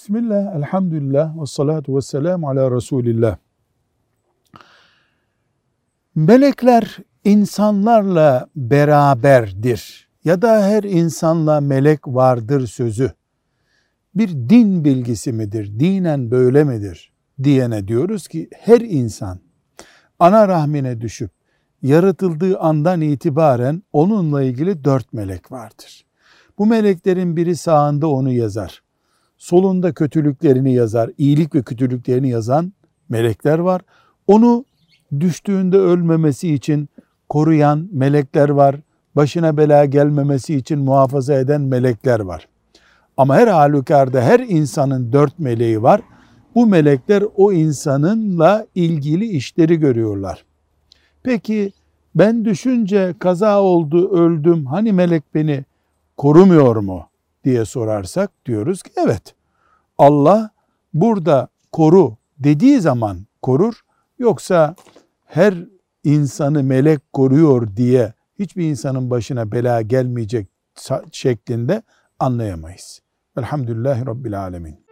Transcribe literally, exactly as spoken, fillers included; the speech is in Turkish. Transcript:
Bismillah, elhamdülillah, ve salatu ve selamu ala Resulillah. Melekler insanlarla beraberdir ya da her insanla melek vardır sözü bir din bilgisi midir, dinen böyle midir diyene diyoruz ki her insan ana rahmine düşüp yaratıldığı andan itibaren onunla ilgili dört melek vardır. Bu meleklerin biri sağında onu yazar, solunda kötülüklerini yazar, iyilik ve kötülüklerini yazan melekler var. Onu düştüğünde ölmemesi için koruyan melekler var. Başına bela gelmemesi için muhafaza eden melekler var. Ama her halükarda her insanın dört meleği var. Bu melekler o insanınla ilgili işleri görüyorlar. Peki ben düşünce kaza oldu, öldüm, hani melek beni korumuyor mu diye sorarsak diyoruz ki evet. Allah burada koru dediği zaman korur. Yoksa her insanı melek koruyor diye hiçbir insanın başına bela gelmeyecek şeklinde anlayamayız. Elhamdülillahi Rabbil Alemin.